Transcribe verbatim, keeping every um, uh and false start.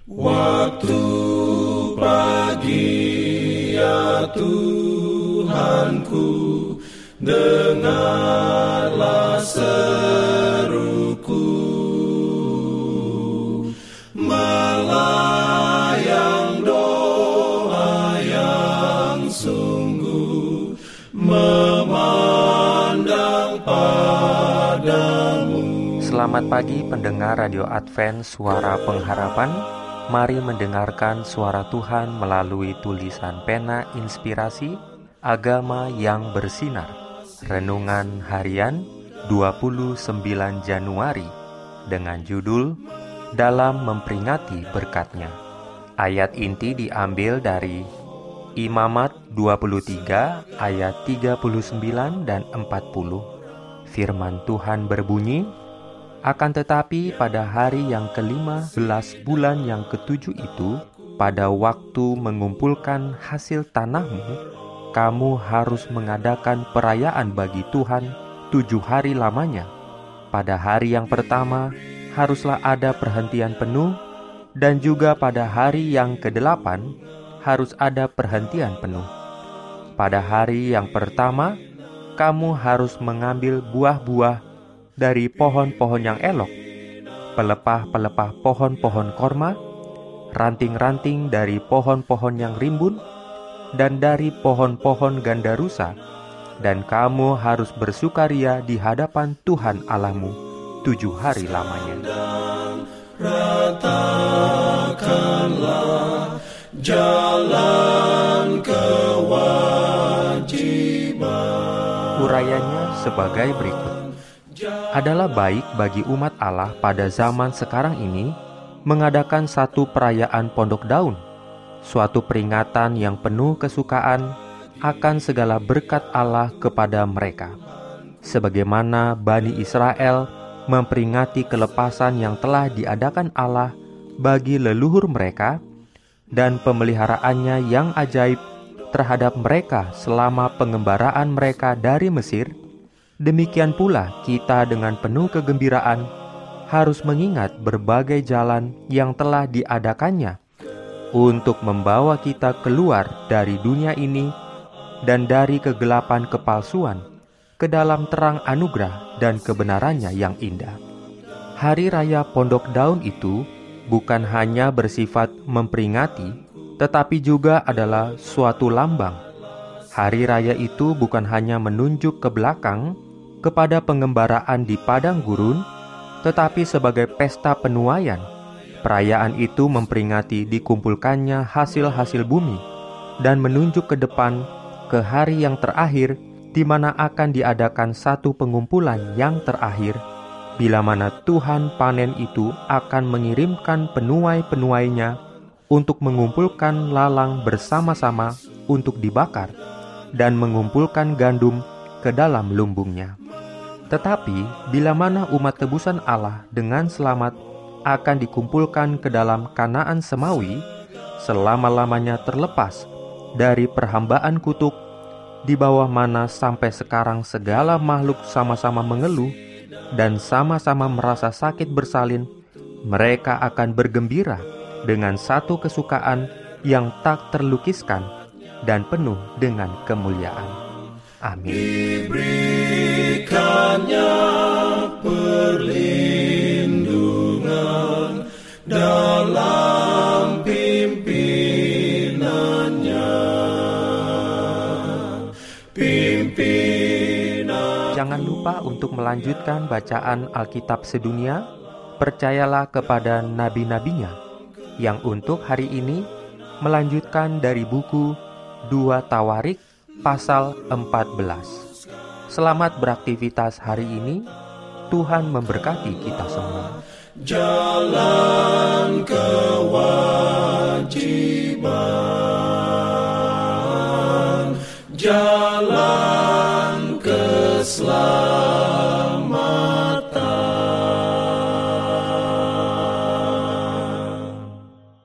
Waktu pagi ya Tuhanku, dengarlah seruku, melayang doa yang sungguh, memandang padamu. Selamat pagi pendengar Radio Advent Suara Pengharapan. Mari mendengarkan suara Tuhan melalui tulisan pena inspirasi Agama yang Bersinar. Renungan harian dua puluh sembilan Januari dengan judul Dalam Memperingati Berkat-Nya. Ayat inti diambil dari Imamat dua puluh tiga ayat tiga puluh sembilan dan empat puluh. Firman Tuhan berbunyi, akan tetapi pada hari yang kelima belas bulan yang ketujuh itu, pada waktu mengumpulkan hasil tanahmu, kamu harus mengadakan perayaan bagi Tuhan tujuh hari lamanya. Pada hari yang pertama haruslah ada perhentian penuh, dan juga pada hari yang kedelapan harus ada perhentian penuh. Pada hari yang pertama kamu harus mengambil buah-buah dari pohon-pohon yang elok, pelepah-pelepah pohon-pohon korma, ranting-ranting dari pohon-pohon yang rimbun, dan dari pohon-pohon gandarusa, dan kamu harus bersukaria di hadapan Tuhan Allahmu tujuh hari lamanya. Ratakanlah jalan kewajiban. Urayanya sebagai berikut. Adalah baik bagi umat Allah pada zaman sekarang ini mengadakan satu perayaan Pondok Daun, suatu peringatan yang penuh kesukaan akan segala berkat Allah kepada mereka. Sebagaimana Bani Israel memperingati kelepasan yang telah diadakan Allah bagi leluhur mereka dan pemeliharaannya yang ajaib terhadap mereka selama pengembaraan mereka dari Mesir, demikian pula kita dengan penuh kegembiraan harus mengingat berbagai jalan yang telah diadakannya untuk membawa kita keluar dari dunia ini dan dari kegelapan kepalsuan ke dalam terang anugerah dan kebenarannya yang indah. Hari Raya Pondok Daun itu bukan hanya bersifat memperingati, tetapi juga adalah suatu lambang. Hari raya itu bukan hanya menunjuk ke belakang kepada pengembaraan di padang gurun, tetapi sebagai pesta penuaian. Perayaan itu memperingati dikumpulkannya hasil-hasil bumi dan menunjuk ke depan ke hari yang terakhir, di mana akan diadakan satu pengumpulan yang terakhir, bila mana Tuhan panen itu akan mengirimkan penuai-penuainya untuk mengumpulkan lalang bersama-sama untuk dibakar dan mengumpulkan gandum ke dalam lumbungnya. Tetapi bila mana umat tebusan Allah dengan selamat akan dikumpulkan ke dalam Kanaan Semawi, selama-lamanya terlepas dari perhambaan kutuk, di bawah mana sampai sekarang segala makhluk sama-sama mengeluh dan sama-sama merasa sakit bersalin, mereka akan bergembira dengan satu kesukaan yang tak terlukiskan dan penuh dengan kemuliaan. Amin. Diberikannya perlindungan dalam pimpinannya. Pimpinan. Jangan lupa untuk melanjutkan bacaan Alkitab sedunia. Percayalah kepada nabi-nabinya yang untuk hari ini melanjutkan dari buku dua Tawarik pasal empat belas. Selamat beraktivitas hari ini. Tuhan memberkati kita semua. Jalan kewajiban. Jalan